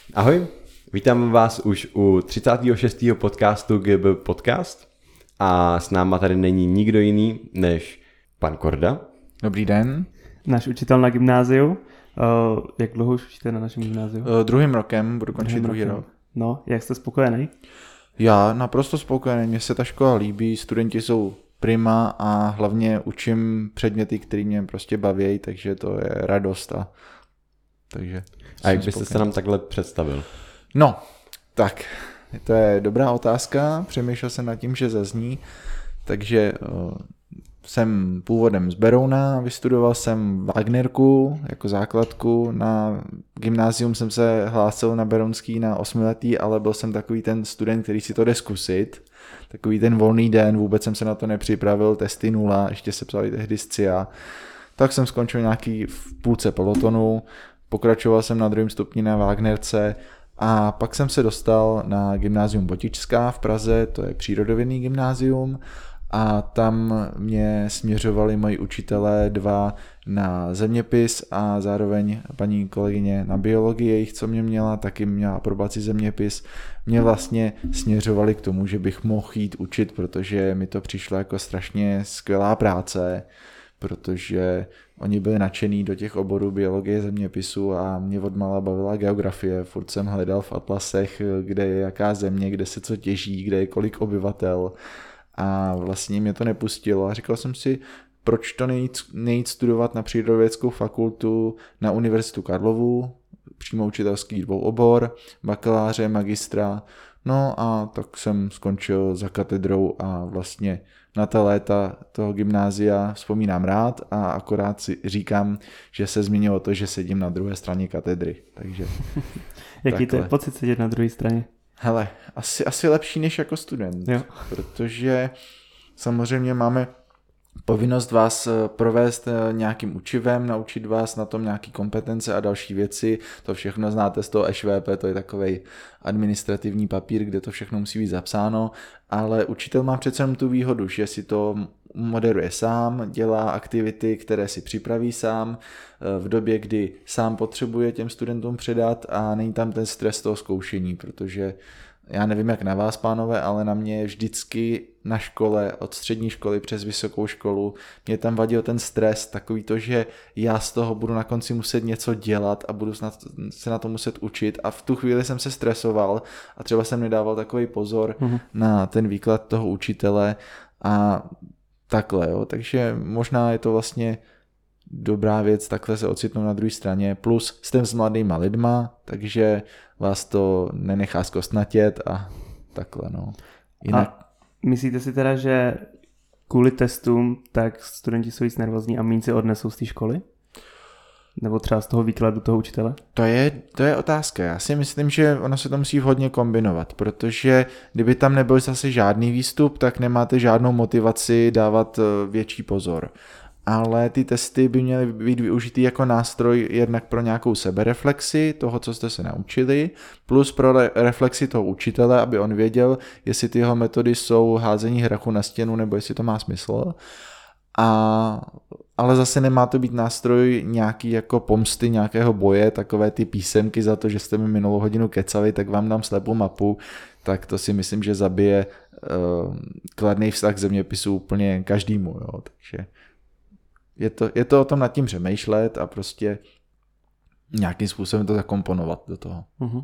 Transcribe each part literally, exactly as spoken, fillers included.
Ahoj, vítám vás už u třicátého šestého podcastu G B Podcast a s náma tady není nikdo jiný než pan Korda. Dobrý den. Náš učitel na gymnáziu. Uh, jak dlouho už učíte na našem gymnáziu? Uh, druhým rokem, budu končit druhý rokem. rok. No, jak jste spokojený? Já naprosto spokojený, mně se ta škola líbí, studenti jsou prima a hlavně učím předměty, které mě prostě baví, takže to je radost. A, takže a jak byste spokojený. Se nám takhle představil? No, tak, to je dobrá otázka, přemýšlel jsem nad tím, že zazní, takže uh, jsem původem z Berouna, vystudoval jsem Wagnerku jako základku, na gymnázium jsem se hlásil na Berounský na osmiletý, ale byl jsem takový ten student, který si to jde zkusit, takový ten volný den, vůbec jsem se na to nepřipravil, testy nula, ještě se psali tehdy z C I A, tak jsem skončil nějaký v půlce pelotonu, pokračoval jsem na druhém stupni na Wagnerce a pak jsem se dostal na gymnázium Botičská v Praze, to je přírodovědný gymnázium, a tam mě směřovali moji učitelé dva na zeměpis a zároveň paní kolegyně na biologii, jejich co mě měla, taky měla aprobaci zeměpis. Mě vlastně směřovali k tomu, že bych mohl jít učit, protože mi to přišlo jako strašně skvělá práce, protože oni byli nadšený do těch oborů biologie, zeměpisu a mě odmala bavila geografie. Furt jsem hledal v atlasech, kde je jaká země, kde se co těží, kde je kolik obyvatel. A vlastně mě to nepustilo a říkal jsem si, proč to nejít, nejít studovat na přírodovědeckou fakultu na Univerzitu Karlovu, přímo učitelský dvouobor, bakaláře, magistra, no a tak jsem skončil za katedrou a vlastně na ta léta toho gymnázia vzpomínám rád a akorát si říkám, že se změnilo to, že sedím na druhé straně katedry, takže jaký to je pocit sedět na druhé straně? Hele, asi, asi lepší než jako student, jo. Protože samozřejmě máme povinnost vás provést nějakým učivem, naučit vás na tom nějaký kompetence a další věci, to všechno znáte z toho Š V P, to je takovej administrativní papír, kde to všechno musí být zapsáno, ale učitel má přece jenom tu výhodu, že si to moderuje sám, dělá aktivity, které si připraví sám v době, kdy sám potřebuje těm studentům předat a není tam ten stres toho zkoušení, protože já nevím jak na vás, pánové, ale na mě vždycky na škole, od střední školy přes vysokou školu, mě tam vadil ten stres, takový to, že já z toho budu na konci muset něco dělat a budu se na to muset učit a v tu chvíli jsem se stresoval a třeba jsem nedával takový pozor mm-hmm. na ten výklad toho učitele a takhle, jo, takže možná je to vlastně dobrá věc takhle se ocitnout na druhé straně, plus jste s mladýma lidma, takže vás to nenechá zkostnatět a takhle, no. Jinak... A myslíte si teda, že kvůli testům tak studenti jsou víc nervózní a méně si odnesou z té školy? Nebo třeba z toho výkladu toho učitele? To je, to je otázka. Já si myslím, že ono se to musí hodně kombinovat, protože kdyby tam nebyl zase žádný výstup, tak nemáte žádnou motivaci dávat větší pozor. Ale ty testy by měly být využitý jako nástroj jednak pro nějakou sebereflexi toho, co jste se naučili, plus pro reflexi toho učitele, aby on věděl, jestli ty jeho metody jsou házení hrachu na stěnu, nebo jestli to má smysl. A, ale zase nemá to být nástroj nějaký jako pomsty nějakého boje, takové ty písemky za to, že jste mi minulou hodinu kecali, tak vám dám slepou mapu, tak to si myslím, že zabije uh, kladný vztah k zeměpisu úplně každému, jo, takže je to, je to o tom nad tím přemýšlet a prostě nějakým způsobem to zakomponovat do toho. Uh-huh.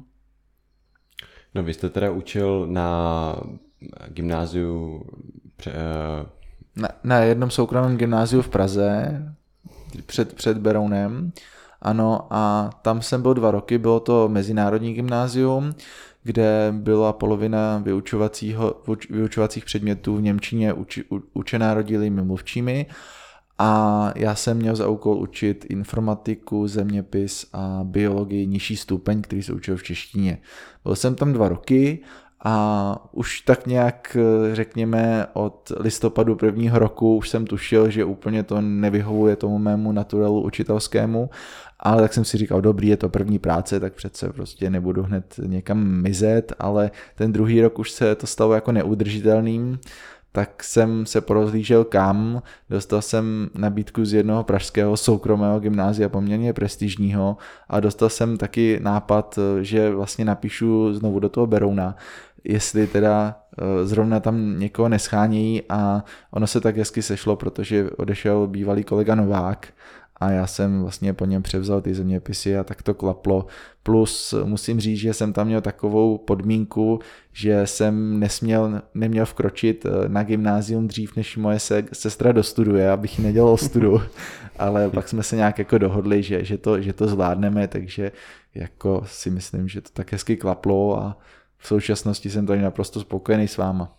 No vy jste teda učil na gymnáziu pře, uh... na, na jednom soukromém gymnáziu v Praze před, před Berounem, ano, a tam jsem byl dva roky, bylo to mezinárodní gymnázium, kde byla polovina vyučovacího, vyučovacích předmětů v němčině uči, u, učená rodilými mluvčími. A já jsem měl za úkol učit informatiku, zeměpis a biologii nižší stupeň, který se učil v češtině. Byl jsem tam dva roky a už tak nějak, řekněme, od listopadu prvního roku už jsem tušil, že úplně to nevyhovuje tomu mému naturalu učitelskému, ale tak jsem si říkal, dobrý, je to první práce, tak přece prostě nebudu hned někam mizet, ale ten druhý rok už se to stalo jako neudržitelným, tak jsem se porozlížel kam, dostal jsem nabídku z jednoho pražského soukromého gymnázia poměrně prestižního a dostal jsem taky nápad, že vlastně napíšu znovu do toho Berouna, jestli teda zrovna tam někoho neschánějí a ono se tak hezky sešlo, protože odešel bývalý kolega Novák a já jsem vlastně po něm převzal ty zeměpisy a tak to klaplo. Plus musím říct, že jsem tam měl takovou podmínku, že jsem nesměl, neměl vkročit na gymnázium dřív, než moje se, sestra dostuduje, abych ji nedělal studu, ale pak jsme se nějak jako dohodli, že, že, to, že to zvládneme, takže jako si myslím, že to tak hezky klaplo a v současnosti jsem tady naprosto spokojený s váma.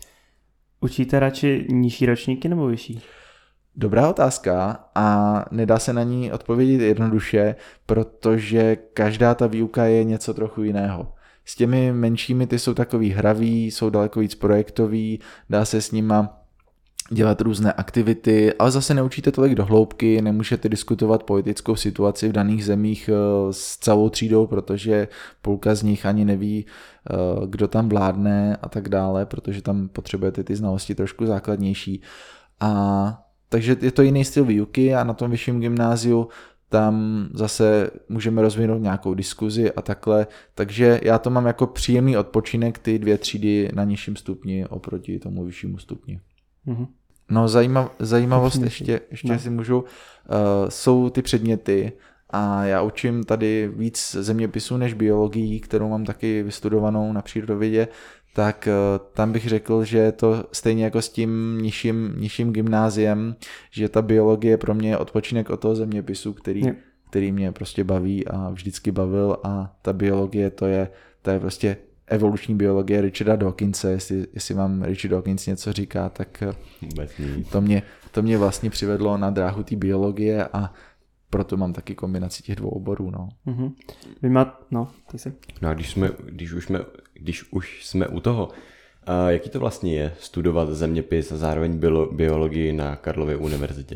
Učíte radši nižší ročníky nebo vyšší? Dobrá otázka a nedá se na ní odpovědět jednoduše, protože každá ta výuka je něco trochu jiného. S těmi menšími ty jsou takový hraví, jsou daleko víc projektový, dá se s nima dělat různé aktivity, ale zase neučíte tolik do hloubky, nemůžete diskutovat politickou situaci v daných zemích s celou třídou, protože půlka z nich ani neví, kdo tam vládne a tak dále, protože tam potřebujete ty znalosti trošku základnější. A takže je to jiný styl výuky a na tom vyšším gymnáziu tam zase můžeme rozvinout nějakou diskuzi a takhle. Takže já to mám jako příjemný odpočinek ty dvě třídy na nižším stupni oproti tomu vyššímu stupni. Mm-hmm. No zajímav, zajímavost ještě, ještě no. si můžu, uh, jsou ty předměty a já učím tady víc zeměpisů než biologii, kterou mám taky vystudovanou na přírodovědě, tak tam bych řekl, že je to stejně jako s tím nižším, nižším gymnáziem, že ta biologie pro mě je odpočinek od toho zeměpisu, který, který mě prostě baví a vždycky bavil a ta biologie to je, to je prostě evoluční biologie Richarda Dawkinse, jestli, jestli vám Richard Dawkins něco říká, tak to mě, to mě vlastně přivedlo na dráhu té biologie a proto mám taky kombinaci těch dvou oborů, no. Mm-hmm. Vy má... No, ty si. No a když, jsme, když, už jsme, když už jsme u toho, uh, jaký to vlastně je studovat zeměpis a zároveň bio, biologii na Karlově univerzitě?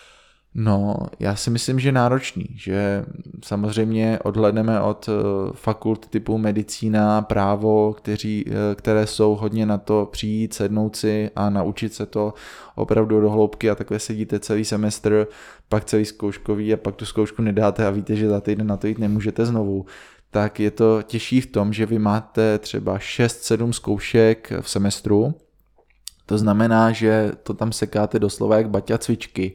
No, já si myslím, že náročný, že samozřejmě odhledneme od fakult typu medicína, právo, kteří, které jsou hodně na to přijít, sednout si a naučit se to opravdu do hloubky a takhle sedíte celý semestr, pak celý zkouškový a pak tu zkoušku nedáte a víte, že za týden na to jít nemůžete znovu. Tak je to těžší v tom, že vy máte třeba šest sedm zkoušek v semestru, to znamená, že to tam sekáte doslova jak baťa cvičky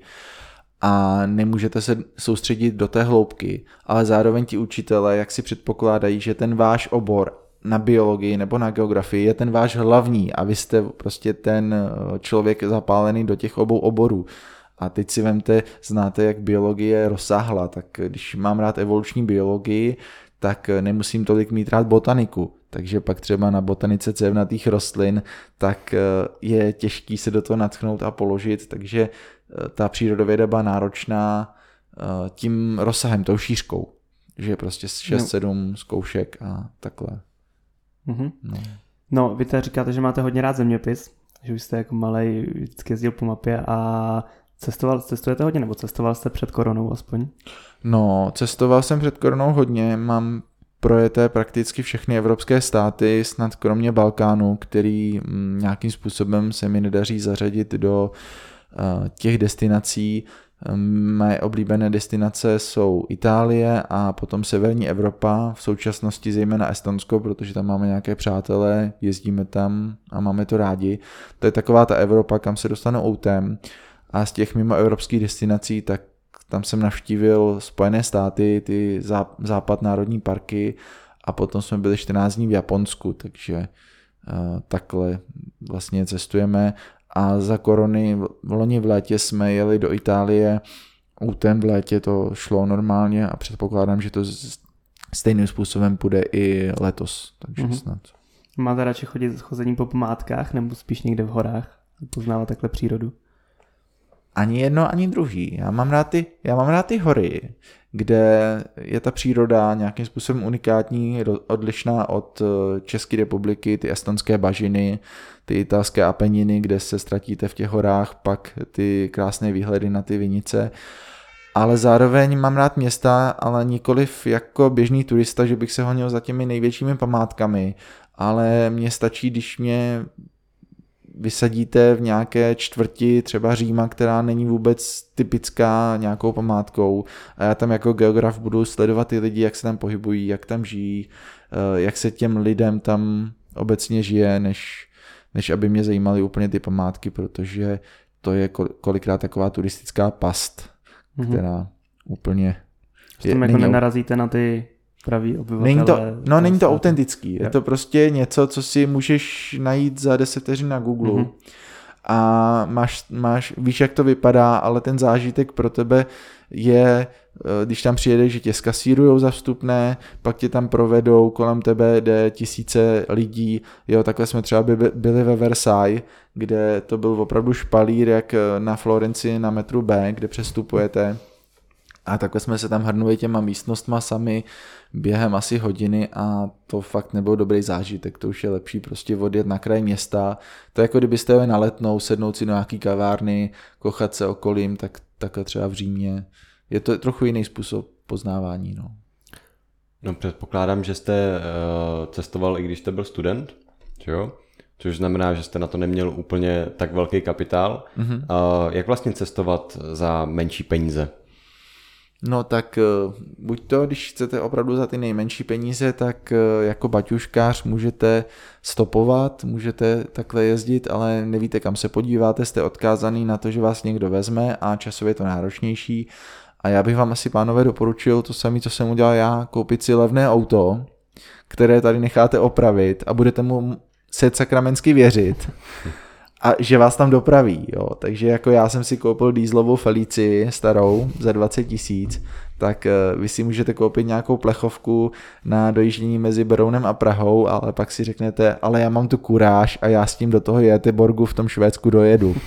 a nemůžete se soustředit do té hloubky, ale zároveň ti učitelé, jak si předpokládají, že ten váš obor na biologii nebo na geografii je ten váš hlavní a vy jste prostě ten člověk zapálený do těch obou oborů. A teď si vemte, znáte, jak biologie je rozsáhla, tak když mám rád evoluční biologii, tak nemusím tolik mít rád botaniku. Takže pak třeba na botanice cévnatých rostlin, tak je těžký se do toho natchnout a položit, takže ta přírodověda byla náročná tím rozsahem, tou šířkou, že prostě šest sedm zkoušek a takhle. Mm-hmm. No. no, vy teda říkáte, že máte hodně rád zeměpis, že už jste jako malej vždycky jezdil po mapě a cestoval, cestujete hodně, nebo cestoval jste před koronou aspoň? No, cestoval jsem před koronou hodně, mám projeté prakticky všechny evropské státy, snad kromě Balkánu, který nějakým způsobem se mi nedaří zařadit do těch destinací. Mé oblíbené destinace jsou Itálie a potom severní Evropa, v současnosti zejména Estonsko, protože tam máme nějaké přátelé, jezdíme tam a máme to rádi. To je taková ta Evropa, kam se dostanu autem a z těch mimo evropských destinací, tak tam jsem navštívil Spojené státy, ty západ národní parky a potom jsme byli čtrnáct dní v Japonsku, takže takhle vlastně cestujeme. A za korony v loni v létě jsme jeli do Itálie, autem v létě to šlo normálně a předpokládám, že to stejným způsobem půjde i letos, takže mm-hmm. snad. Máte radši chodit chození po památkách nebo spíš někde v horách a poznávat takhle přírodu? Ani jedno, ani druhý. Já mám rád ty, já mám rád ty hory, kde je ta příroda nějakým způsobem unikátní, odlišná od České republiky, ty estonské bažiny, ty italské Apeniny, kde se ztratíte v těch horách, pak ty krásné výhledy na ty vinice. Ale zároveň mám rád města, ale nikoliv jako běžný turista, že bych se honil za těmi největšími památkami, ale mně stačí, když mě vysadíte v nějaké čtvrti třeba Říma, která není vůbec typická nějakou památkou a já tam jako geograf budu sledovat ty lidi, jak se tam pohybují, jak tam žijí, jak se těm lidem tam obecně žije, než, než aby mě zajímaly úplně ty památky, protože to je kolikrát taková turistická past, mm-hmm. která úplně... Že tam jako nenarazíte na ty pravý obyvatele. Není to, no není to autentický, je to prostě něco, co si můžeš najít za deset vteřin na Google mm-hmm. a máš, máš, víš, jak to vypadá, ale ten zážitek pro tebe je, když tam přijedeš, že tě skasírujou za vstupné, pak tě tam provedou, kolem tebe jde tisíce lidí, jo, takhle jsme třeba by, byli ve Versailles, kde to byl opravdu špalír, jak na Florenci na metru B, kde přestupujete. A takhle jsme se tam hrnuli těma místnostma sami během asi hodiny a to fakt nebyl dobrý zážitek, to už je lepší prostě odjet na kraj města. To je jako kdybyste jeli na Letnou, sednout si do nějaký kavárny, kochat se okolím, tak takhle třeba v Římě. Je to trochu jiný způsob poznávání. No, no předpokládám, že jste uh, cestoval, i když jste byl student, jo? Což znamená, že jste na to neměl úplně tak velký kapitál. Mm-hmm. Uh, jak vlastně cestovat za menší peníze? No tak buď to, když chcete opravdu za ty nejmenší peníze, tak jako baťuškář můžete stopovat, můžete takhle jezdit, ale nevíte, kam se podíváte, jste odkázaný na to, že vás někdo vezme a časově je to náročnější. A já bych vám asi, pánové, doporučil to samé, co jsem udělal já, koupit si levné auto, které tady necháte opravit a budete mu set sakramensky věřit. A že vás tam dopraví, jo. Takže jako já jsem si koupil dieselovou Felicii starou za dvacet tisíc, tak vy si můžete koupit nějakou plechovku na dojíždění mezi Berounem a Prahou, ale pak si řeknete, ale já mám tu kuráž a já s tím do toho Göteborgu v tom Švédsku dojedu.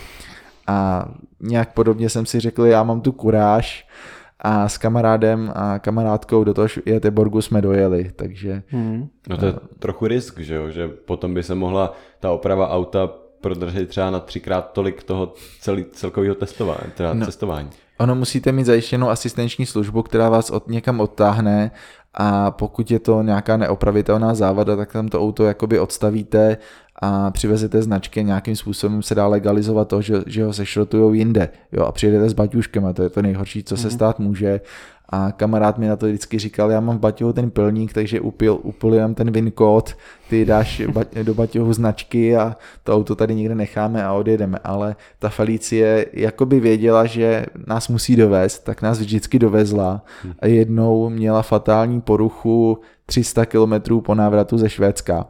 A nějak podobně jsem si řekl, já mám tu kuráž a s kamarádem a kamarádkou do toho Göteborgu jsme dojeli, takže... Hmm. No to je trochu risk, že jo, že potom by se mohla ta oprava auta prodržet třeba na třikrát tolik toho celý, celkového testování, teda no, cestování. Ono musíte mít zajištěnou asistenční službu, která vás od, někam odtáhne a pokud je to nějaká neopravitelná závada, tak tam to auto jakoby odstavíte a přivezete značky, nějakým způsobem se dá legalizovat to, že, že ho sešrotujou jinde, jo, a přijedete s baťuškem a to je to nejhorší, co se stát může. A kamarád mi na to vždycky říkal, já mám v baťohu ten pilník, takže upil, upilujeme ten VIN kód, ty dáš do baťohu značky a to auto tady někde necháme a odjedeme. Ale ta Felicie jakoby věděla, že nás musí dovést, tak nás vždycky dovezla a jednou měla fatální poruchu tři sta kilometrů po návratu ze Švédska,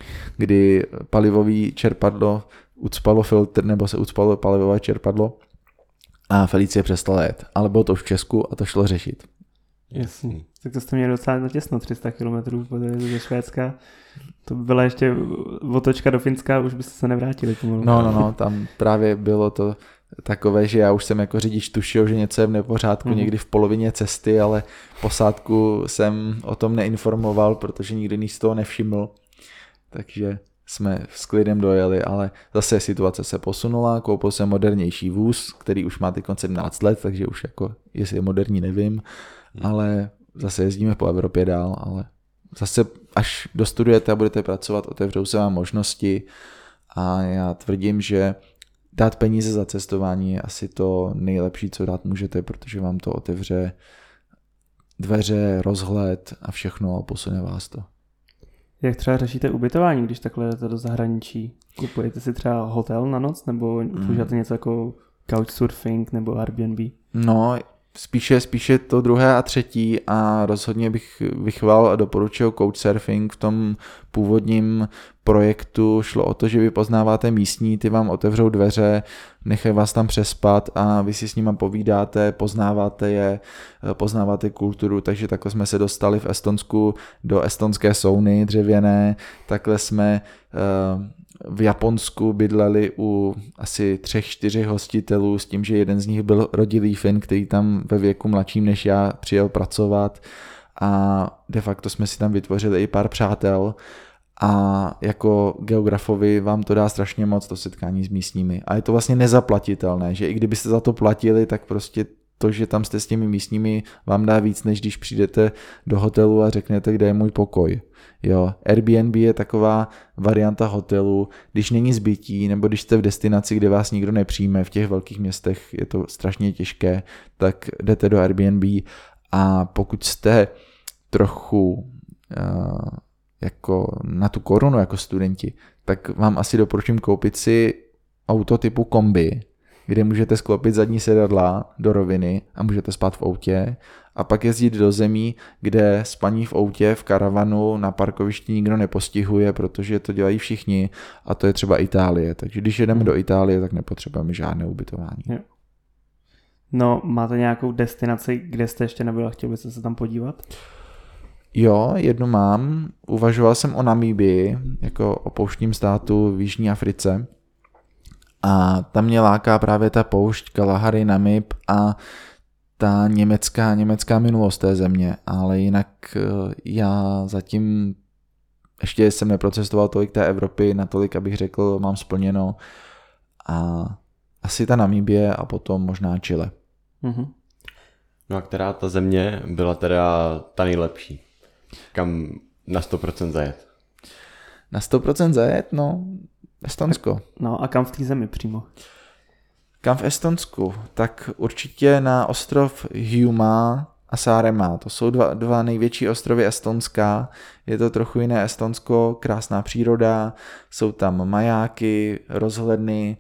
kdy palivový čerpadlo ucpalo filtr, nebo se ucpalo palivové čerpadlo a Felicie přestala jet. Ale bylo to už v Česku a to šlo řešit. Jasně. Tak to jste měli docela natěsno, tři sta kilometrů ze Švédska. To by byla ještě otočka do Finska, už byste se nevrátili. Pomalu. No, no, no, tam právě bylo to takové, že já už jsem jako řidič tušil, že něco je v nepořádku mm. někdy v polovině cesty, ale posádku jsem o tom neinformoval, protože nikdy nic z toho nevšiml. Takže jsme s klidem dojeli, ale zase situace se posunula, koupil jsem modernější vůz, který už má teď sedmnáct let, takže už jako, jestli je moderní, nevím, hmm. ale zase jezdíme po Evropě dál, ale zase až dostudujete a budete pracovat, otevřou se vám možnosti a já tvrdím, že dát peníze za cestování je asi to nejlepší, co dát můžete, protože vám to otevře dveře, rozhled a všechno a posune vás to. Jak třeba řešíte ubytování, když takhle jdete do zahraničí? Kupujete si třeba hotel na noc, nebo používáte mm. něco jako couchsurfing nebo Airbnb? No, spíše, spíše to druhé a třetí a rozhodně bych vychval a doporučil couchsurfing. V tom původním projektu šlo o to, že vy poznáváte místní, ty vám otevřou dveře, nechají vás tam přespat a vy si s nima povídáte, poznáváte je, poznáváte kulturu, takže takhle jsme se dostali v Estonsku do estonské sauny dřevěné, takhle jsme v Japonsku bydleli u asi třech, čtyřech hostitelů s tím, že jeden z nich byl rodilý Fin, který tam ve věku mladším než já přijel pracovat a de facto jsme si tam vytvořili i pár přátel a jako geografovi vám to dá strašně moc, to setkání s místními a je to vlastně nezaplatitelné, že i kdybyste za to platili, tak prostě to, že tam jste s těmi místními, vám dá víc, než když přijdete do hotelu a řeknete, kde je můj pokoj. Jo, Airbnb je taková varianta hotelu, když není zbytí, nebo když jste v destinaci, kde vás nikdo nepřijme, v těch velkých městech je to strašně těžké, tak jdete do Airbnb a pokud jste trochu uh, jako na tu korunu jako studenti, tak vám asi doporučím koupit si auto typu kombi, kde můžete sklopit zadní sedadla do roviny a můžete spát v autě a pak jezdit do zemí, kde spaní v autě, v karavanu, na parkovišti nikdo nepostihuje, protože to dělají všichni a to je třeba Itálie. Takže když jedeme hmm. do Itálie, tak nepotřebujeme žádné ubytování. Jo. No, máte nějakou destinaci, kde jste ještě nebyl a chtěl byste se tam podívat? Jo, jednu mám. Uvažoval jsem o Namíbii, jako o pouštním státu v Jižní Africe. A tam mě láká právě ta poušť Kalahari, Namib a ta německá, německá minulost té země, ale jinak já zatím ještě jsem neprocestoval tolik té Evropy, natolik, abych řekl, mám splněno a asi ta Namíbie a potom možná Chile. Mm-hmm. No a která ta země byla teda ta nejlepší? Kam na sto procent zajet? Na sto procent zajet? No, Estonsko. No a kam v té zemi přímo? Kam v Estonsku? Tak určitě na ostrov Hiiumaa a Saaremaa. To jsou dva, dva největší ostrovy Estonska. Je to trochu jiné Estonsko, krásná příroda, jsou tam majáky, rozhledny.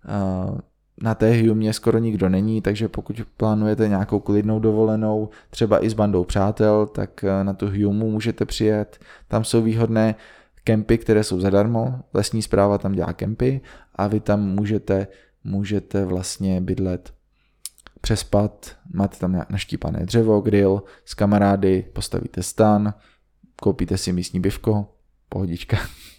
Na té Hiiumě skoro nikdo není, takže pokud plánujete nějakou klidnou dovolenou, třeba i s bandou přátel, tak na tu Hiiumu můžete přijet. Tam jsou výhodné kempy, které jsou zadarmo, lesní správa tam dělá kempy a vy tam můžete, můžete vlastně bydlet, přespat, máte tam naštípané dřevo, grill, s kamarády, postavíte stan, koupíte si místní bivko, pohodička.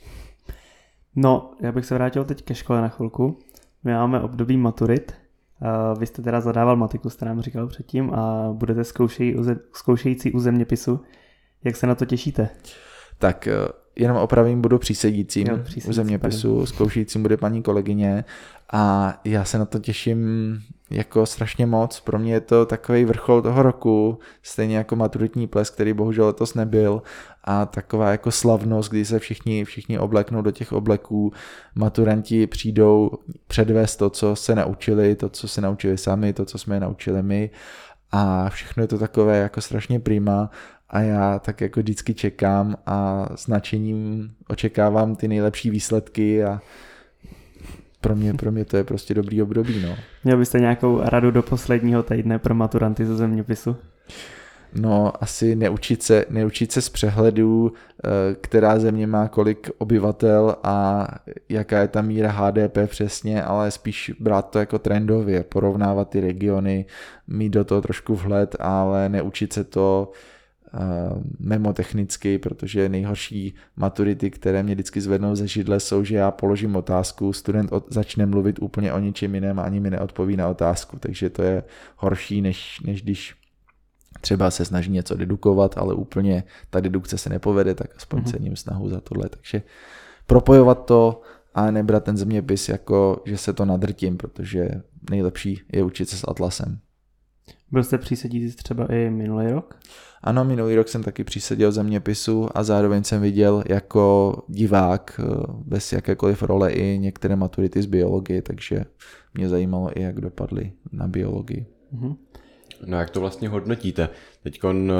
No, já bych se vrátil teď ke škole na chvilku. My máme období maturit. Vy jste teda zadával matiku, jste nám říkal předtím, a budete zkoušej, zkoušející u zeměpisu. Jak se na to těšíte? Tak jenom opravím, budu přísedícím jo, u zeměpisu, zkoušejícím bude paní kolegyně a já se na to těším jako strašně moc. Pro mě je to takový vrchol toho roku, stejně jako maturitní ples, který bohužel letos nebyl, a taková jako slavnost, kdy se všichni, všichni obleknou do těch obleků, maturanti přijdou předvést to, co se naučili, to, co se naučili sami, to, co jsme je naučili my, a všechno je to takové jako strašně prima. A já tak jako vždycky čekám a s nadšením očekávám ty nejlepší výsledky a pro mě, pro mě to je prostě dobrý období. No. Měl byste nějakou radu do posledního týdne pro maturanty ze zeměpisu? No, asi neučit se, neučit se z přehledů, která země má kolik obyvatel a jaká je ta míra H D P přesně, ale spíš brát to jako trendově, porovnávat ty regiony, mít do toho trošku vhled, ale neučit se to memotechnicky, protože nejhorší maturity, které mě vždycky zvednou ze židle, jsou, že já položím otázku, student od, začne mluvit úplně o ničem jiném a ani mi neodpoví na otázku, takže to je horší, než, než když třeba se snaží něco dedukovat, ale úplně ta dedukce se nepovede, tak aspoň mm-hmm. cením snahu za tohle, takže propojovat to a nebrat ten zeměpis jako, že se to nadrtím, protože nejlepší je učit se s atlasem. Byl jste přísedící třeba i minulý rok? Ano, minulý rok jsem taky příseděl zeměpisu a zároveň jsem viděl jako divák bez jakékoliv role i některé maturity z biologie, takže mě zajímalo i, jak dopadly na biologii. Mm-hmm. No jak to vlastně hodnotíte? Teďkon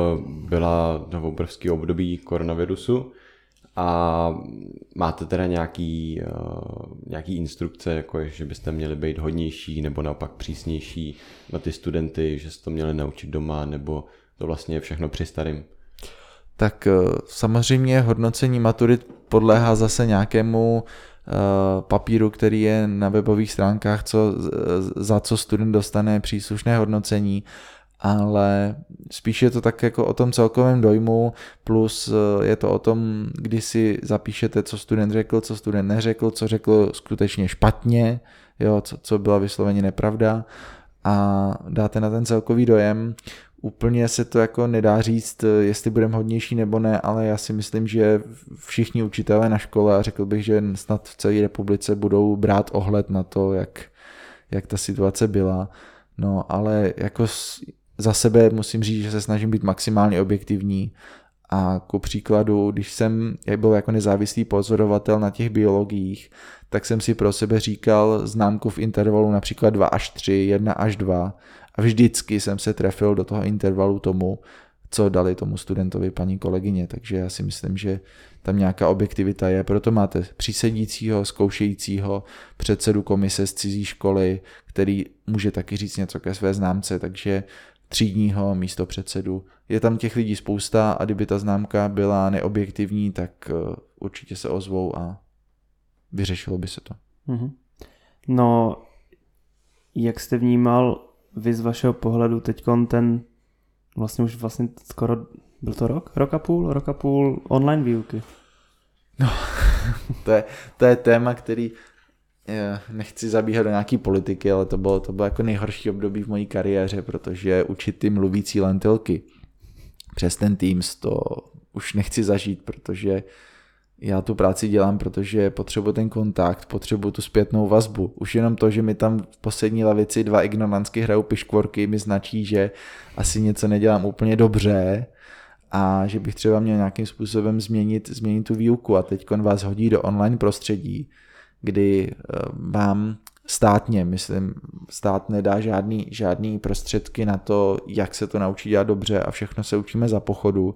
byla to obrovský období koronavirusu a máte teda nějaký, nějaký instrukce, jako že byste měli být hodnější nebo naopak přísnější na ty studenty, že se to měli naučit doma, nebo to vlastně je všechno při starým? Tak samozřejmě hodnocení maturit podléhá zase nějakému papíru, který je na webových stránkách, co, za co student dostane příslušné hodnocení, ale spíš je to tak jako o tom celkovém dojmu, plus je to o tom, kdy si zapíšete, co student řekl, co student neřekl, co řekl skutečně špatně, jo, co, co byla vysloveně nepravda, a dáte na ten celkový dojem. Úplně se to jako nedá říct, jestli budeme hodnější nebo ne, ale já si myslím, že všichni učitelé na škole, a řekl bych, že snad v celé republice budou brát ohled na to, jak, jak ta situace byla. No, ale jako za sebe musím říct, že se snažím být maximálně objektivní A ku příkladu, když jsem byl jako nezávislý pozorovatel na těch biologiích, tak jsem si pro sebe říkal známku v intervalu například dva až tři, jedna až dva a vždycky jsem se trefil do toho intervalu tomu, co dali tomu studentovi paní kolegyně, takže já si myslím, že tam nějaká objektivita je, proto máte přísedícího, zkoušejícího, předsedu komise z cizí školy, který může taky říct něco ke své známce, takže třídního místo předsedu. Je tam těch lidí spousta a kdyby ta známka byla neobjektivní, tak určitě se ozvou a vyřešilo by se to. Mm-hmm. No, jak jste vnímal vy z vašeho pohledu teďkon ten vlastně už vlastně skoro, byl to rok? Rok a půl? Rok a půl online výuky? No, to je, to je téma, který je, nechci zabíhat do nějaký politiky, ale to bylo, to bylo jako nejhorší období v mojí kariéře, protože učit ty mluvící lentilky přes ten Teams to už nechci zažít, protože já tu práci dělám, protože potřebuji ten kontakt, potřebuji tu zpětnou vazbu. Už jenom to, že mi tam v poslední lavici dva ignorantsky hrajou piškvorky, mi značí, že asi něco nedělám úplně dobře a že bych třeba měl nějakým způsobem změnit, změnit tu výuku a teď vás hodí do online prostředí, kdy vám státně, myslím, stát nedá žádný, žádný prostředky na to, jak se to naučí dělat dobře a všechno se učíme za pochodu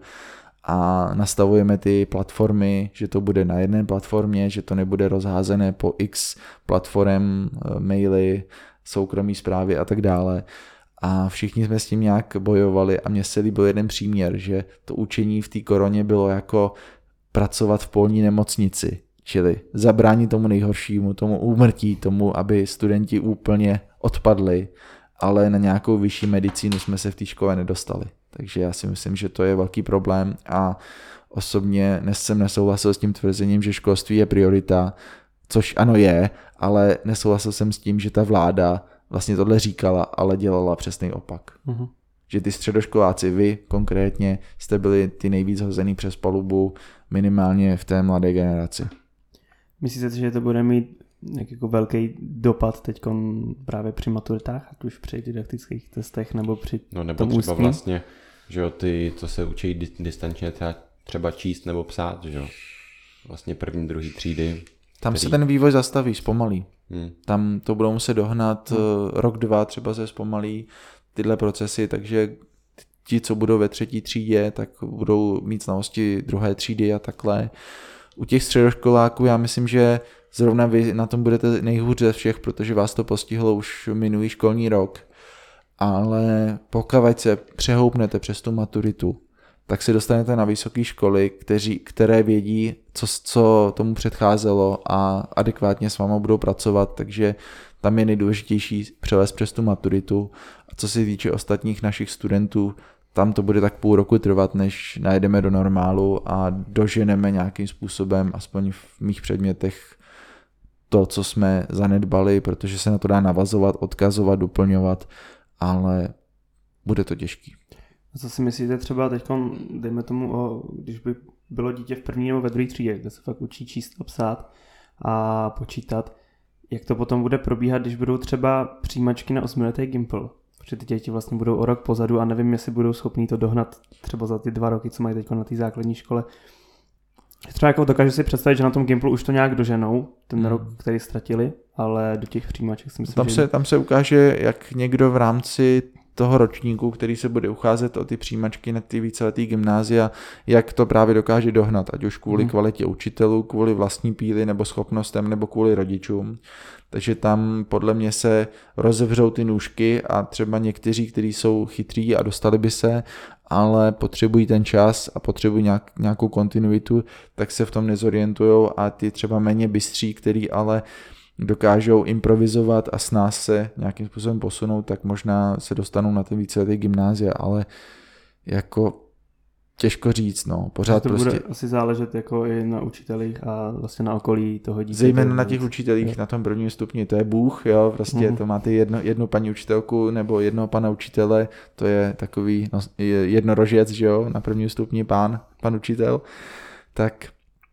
a nastavujeme ty platformy, že to bude na jedné platformě, že to nebude rozházené po x platform, maily, soukromí zprávy a tak dále. A všichni jsme s tím nějak bojovali a mně se líbil jeden příměr, že to učení v té koroně bylo jako pracovat v polní nemocnici, čili zabránit tomu nejhoršímu, tomu úmrtí, tomu, aby studenti úplně odpadli, ale na nějakou vyšší medicínu jsme se v té škole nedostali. Takže já si myslím, že to je velký problém a osobně dnes jsem nesouhlasil s tím tvrzením, že školství je priorita, což ano je, ale nesouhlasil jsem s tím, že ta vláda vlastně tohle říkala, ale dělala přesný opak. Mm-hmm. Že ty středoškoláci, vy konkrétně, jste byli ty nejvíc hozený přes palubu, minimálně v té mladé generaci. Myslíte, že to bude mít jako velký dopad teď právě při maturitách, ať už při didaktických testech nebo při No nebo tom třeba ústním? vlastně, že jo, ty, co se učí distančně třeba, třeba číst nebo psát, že jo. Vlastně první, druhý třídy. Tam který... se ten vývoj zastaví, zpomalí. Hmm. Tam to budou muset dohnat hmm. rok, dva třeba se zpomalí tyhle procesy, takže ti, co budou ve třetí třídě, tak budou mít znalosti druhé třídy a takhle. U těch středoškoláků já myslím, že zrovna vy na tom budete nejhůř ze všech, protože vás to postihlo už minulý školní rok. Ale pokud se přehoupnete přes tu maturitu, tak se dostanete na vysoké školy, kteří, které vědí, co, co tomu předcházelo a adekvátně s váma budou pracovat, takže tam je nejdůležitější přelez přes tu maturitu. A co se týče ostatních našich studentů, tam to bude tak půl roku trvat, než najdeme do normálu a doženeme nějakým způsobem, aspoň v mých předmětech, to, co jsme zanedbali, protože se na to dá navazovat, odkazovat, doplňovat, ale bude to těžký. A co si myslíte třeba teď, dejme tomu, o, když by bylo dítě v první nebo ve druhé třídě, kde se fakt učí číst a psát a počítat, jak to potom bude probíhat, když budou třeba přijímačky na osmiletý Gimpl? Protože ty děti vlastně budou o rok pozadu a nevím, jestli budou schopní to dohnat třeba za ty dva roky, co mají teď na té základní škole. Třeba jako dokážu si představit, že na tom Gimplu už to nějak doženou, ten hmm. rok, který ztratili, ale do těch přijímaček si myslím, tam že... Se, tam se ukáže, jak někdo v rámci toho ročníku, který se bude ucházet o ty přijímačky na ty víceletý gymnázia, jak to právě dokáže dohnat, ať už kvůli hmm. kvalitě učitelů, kvůli vlastní píli nebo schopnostem, nebo kvůli rodičům. Takže tam podle mě se rozevřou ty nůžky a třeba někteří, kteří jsou chytří a dostali by se, ale potřebují ten čas a potřebují nějak, nějakou kontinuitu, tak se v tom nezorientujou a ty třeba méně bystří, který ale dokážou improvizovat a s nás se nějakým způsobem posunout, tak možná se dostanou na ten víceletý gymnázia, ale jako těžko říct, no, pořád to prostě... bude asi záležet jako i na učitelích a vlastně na okolí toho dítěte. Zejména na těch učitelích na tom prvním stupni, to je Bůh, jo, prostě mm. to máte jedno, jednu paní učitelku nebo jednoho pana učitele, to je takový no, jednorožec, že jo, na prvním stupni pán, pan učitel, tak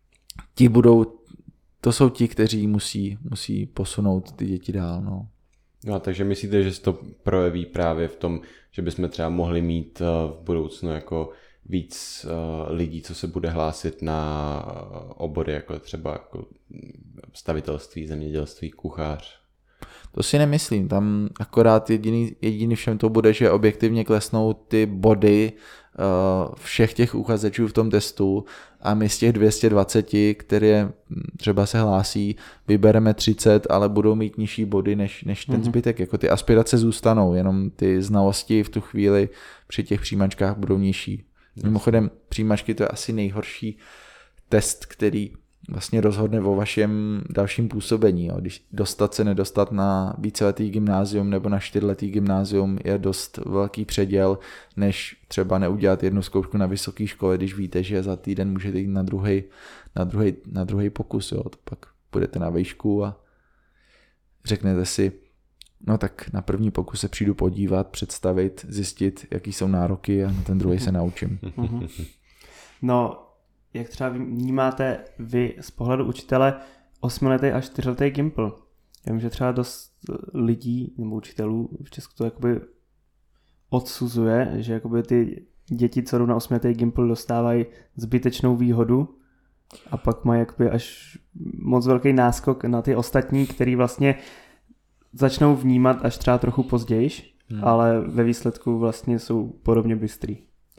ti budou, to jsou ti, kteří musí, musí posunout ty děti dál, no. No, takže myslíte, že se to projeví právě v tom, že bychom třeba mohli mít v budoucnu jako víc uh, lidí, co se bude hlásit na obory, jako třeba jako stavitelství, zemědělství, kuchař? To si nemyslím, tam akorát jediný, jediný všem to bude, že objektivně klesnou ty body uh, všech těch uchazečů v tom testu a my z těch dvě stě dvacet, které třeba se hlásí, vybereme třicet, ale budou mít nižší body než, než ten zbytek. Jako ty aspirace zůstanou, jenom ty znalosti v tu chvíli při těch přijímačkách budou nižší. Mimochodem, přijímačky to je asi nejhorší test, který vlastně rozhodne o vašem dalším působení. Jo. Když dostat se, nedostat na víceletý gymnázium nebo na čtyřletý gymnázium je dost velký předěl, než třeba neudělat jednu zkoušku na vysoké škole, když víte, že za týden můžete jít na druhý na druhý, na druhý pokus. Jo. To pak půjdete na vejšku a řeknete si, no tak na první pokus se přijdu podívat, představit, zjistit, jaký jsou nároky a na ten druhý se naučím. No, jak třeba vnímáte vy z pohledu učitele osmiletý a čtyřletý Gimpl? Já vím, že třeba dost lidí nebo učitelů v Česku to jakoby odsuzuje, že jakoby ty děti, co jdou na osmiletý Gimpl, dostávají zbytečnou výhodu a pak mají jakoby až moc velký náskok na ty ostatní, který vlastně začnou vnímat až třeba trochu později, hmm. ale ve výsledku vlastně jsou podobně bystrý.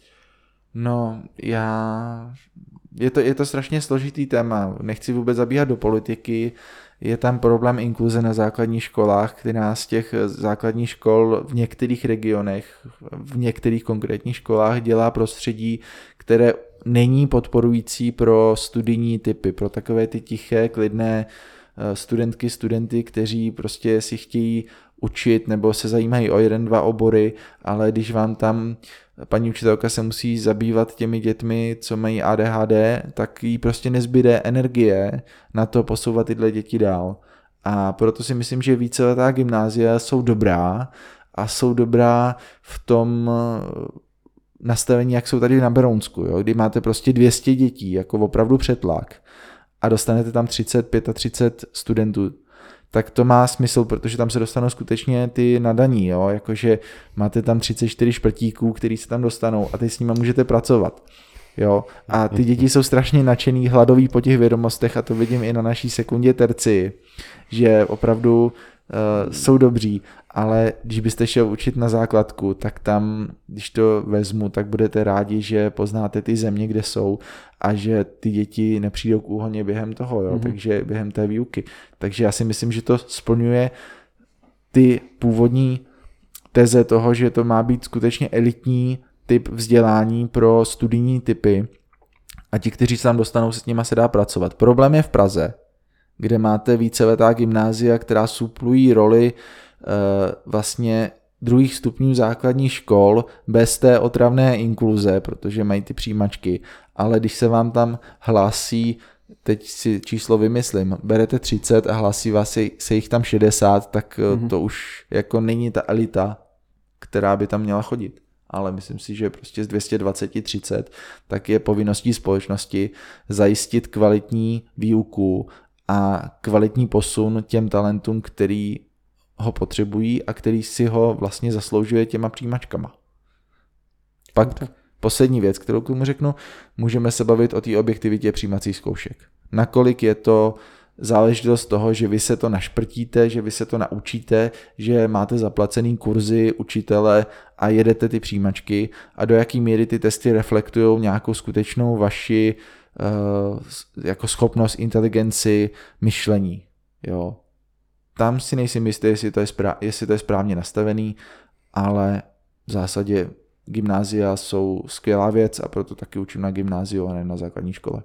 No, já... Je to, je to strašně složitý téma, nechci vůbec zabíhat do politiky, je tam problém inkluze na základních školách, která z těch základních škol v některých regionech, v některých konkrétních školách dělá prostředí, které není podporující pro studijní typy, pro takové ty tiché, klidné studentky, studenty, kteří prostě si chtějí učit nebo se zajímají o jeden, dva obory, ale když vám tam paní učitelka se musí zabývat těmi dětmi, co mají A D H D, tak jí prostě nezbyde energie na to posouvat tyhle děti dál. A proto si myslím, že víceletá gymnázia jsou dobrá a jsou dobrá v tom nastavení, jak jsou tady na Berounsku, jo? Kdy máte prostě dvě stě dětí, jako opravdu přetlak a dostanete tam třicet, třicet pět studentů, tak to má smysl, protože tam se dostanou skutečně ty nadaní, jo? Jakože máte tam třicet čtyři šprtíků, který se tam dostanou a teď s nimi můžete pracovat. Jo? A ty děti jsou strašně nadšený, hladový po těch vědomostech a to vidím i na naší sekundě terci, že opravdu uh, jsou dobří, ale když byste šel učit na základku, tak tam, když to vezmu, tak budete rádi, že poznáte ty země, kde jsou a že ty děti nepřijdou k úhoně během toho, jo? Mm-hmm. Takže během té výuky. Takže já si myslím, že to splňuje ty původní teze toho, že to má být skutečně elitní typ vzdělání pro studijní typy a ti, kteří se tam dostanou, se s nima se dá pracovat. Problém je v Praze, kde máte víceletá gymnázia, která suplují roli e, vlastně druhých stupňů základních škol bez té otravné inkluze, protože mají ty přijímačky, ale když se vám tam hlásí, teď si číslo vymyslím, berete třicet a hlásí vás se jich tam šedesát, tak mm-hmm. to už jako není ta elita, která by tam měla chodit. Ale myslím si, že prostě z dvě stě dvacet třicet, tak je povinností společnosti zajistit kvalitní výuku a kvalitní posun těm talentům, který ho potřebují a který si ho vlastně zasloužuje těma přijímačkama. Pak poslední věc, kterou k tomu řeknu, můžeme se bavit o té objektivitě přijímacích zkoušek. Nakolik je to záležitost toho, že vy se to našprtíte, že vy se to naučíte, že máte zaplacený kurzy učitele a jedete ty přijímačky a do jaký míry ty testy reflektují nějakou skutečnou vaši uh, jako schopnost, inteligenci, myšlení. Jo. Tam si nejsem jistý, jestli to je, správ, jestli to je správně nastavený, ale v zásadě gymnázia jsou skvělá věc a proto taky učím na gymnáziu a ne na základní škole.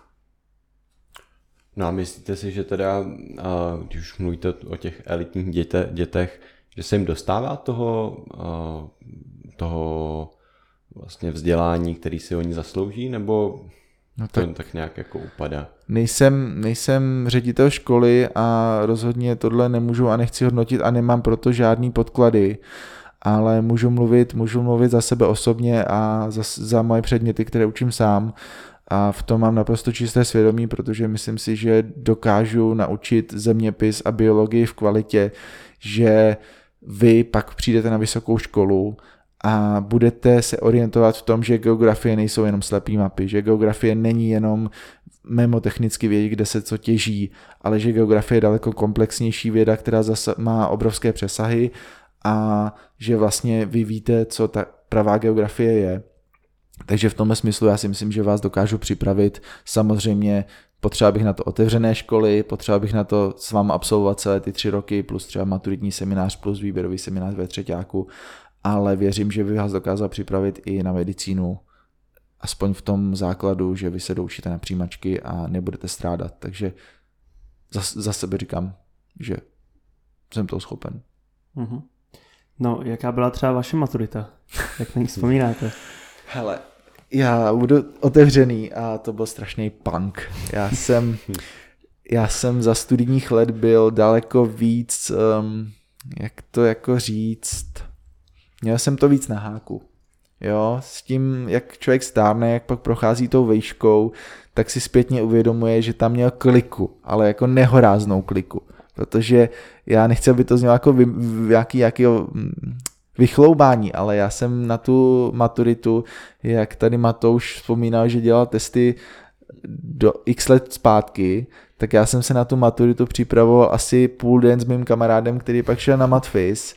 No a myslíte si, že teda, když už mluvíte o těch elitních děte, dětech, že se jim dostává toho, toho vlastně vzdělání, který si oni zaslouží, nebo no tak, to tak nějak jako upadá? Nejsem, nejsem ředitel školy a rozhodně tohle nemůžu a nechci hodnotit a nemám proto žádný podklady, ale můžu mluvit, můžu mluvit za sebe osobně a za, za moje předměty, které učím sám. A v tom mám naprosto čisté svědomí, protože myslím si, že dokážu naučit zeměpis a biologii v kvalitě, že vy pak přijdete na vysokou školu a budete se orientovat v tom, že geografie nejsou jenom slepý mapy, že geografie není jenom memotechnicky vědět, kde se co těží, ale že geografie je daleko komplexnější věda, která zase má obrovské přesahy a že vlastně vy víte, co ta pravá geografie je. Takže v tomhle smyslu já si myslím, že vás dokážu připravit. Samozřejmě potřeba bych na to otevřené školy, potřeba bych na to s vámi absolvovat celé ty tři roky, plus třeba maturitní seminář, plus výběrový seminář ve třeťáku, ale věřím, že bych vás dokázal připravit i na medicínu, aspoň v tom základu, že vy se doučíte na přijímačky a nebudete strádat. Takže za, za sebe říkám, že jsem toho schopen. Mm-hmm. No, jaká byla třeba vaše maturita? Jak na ní vzpomínáte? Hele, já budu otevřený a to byl strašný punk. Já jsem, já jsem za studijních let byl daleko víc, um, jak to jako říct, měl jsem to víc na háku. Jo, s tím, jak člověk stárne, jak pak prochází tou vejškou, tak si zpětně uvědomuje, že tam měl kliku, ale jako nehoráznou kliku. Protože já nechci, aby to znělo jako vy, jaký, jaký vychloubání, ale já jsem na tu maturitu, jak tady Matouš vzpomínal, že dělal testy do x let zpátky, tak já jsem se na tu maturitu připravoval asi půl den s mým kamarádem, který pak šel na matfiz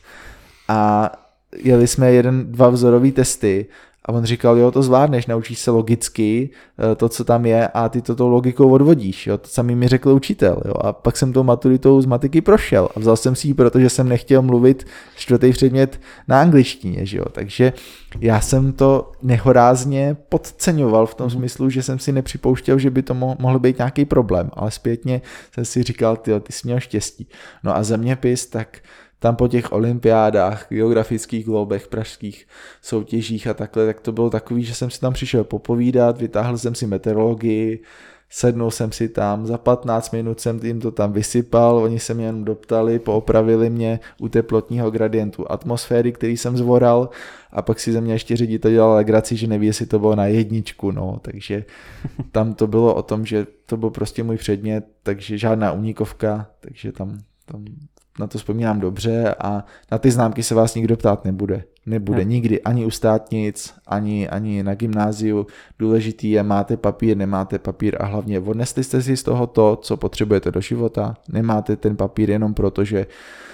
a jeli jsme jeden, dva vzorový testy a on říkal, jo, to zvládneš, naučíš se logicky to, co tam je a ty to tou logikou odvodíš, jo, to samý mi řekl učitel, jo, a pak jsem tou maturitou z matiky prošel a vzal jsem si ji, protože jsem nechtěl mluvit čtvrtý předmět na angličtině, že jo, takže já jsem to nehorázně podceňoval v tom smyslu, že jsem si nepřipouštěl, že by to mo- mohl být nějaký problém, ale zpětně jsem si říkal, ty, ty jsi měl štěstí. No a zeměpis, tak tam po těch olympiádách, geografických globech, pražských soutěžích a takhle, tak to bylo takový, že jsem si tam přišel popovídat, vytáhl jsem si meteorologii, sednul jsem si tam, za patnáct minut jsem jim to tam vysypal, oni se mě jenom doptali, poopravili mě u teplotního gradientu atmosféry, který jsem zvoral a pak si ze mě ještě ředitel dělal legraci, že neví, jestli to bylo na jedničku, no, takže tam to bylo o tom, že to byl prostě můj předmět, takže žádná unikovka, takže tam, tam na to vzpomínám dobře a na ty známky se vás nikdo ptát nebude. Nebude ne. Nikdy, ani u státnic, ani, ani na gymnáziu. Důležitý je, máte papír, nemáte papír a hlavně odnesli jste si z toho to, co potřebujete do života. Nemáte ten papír jenom proto, že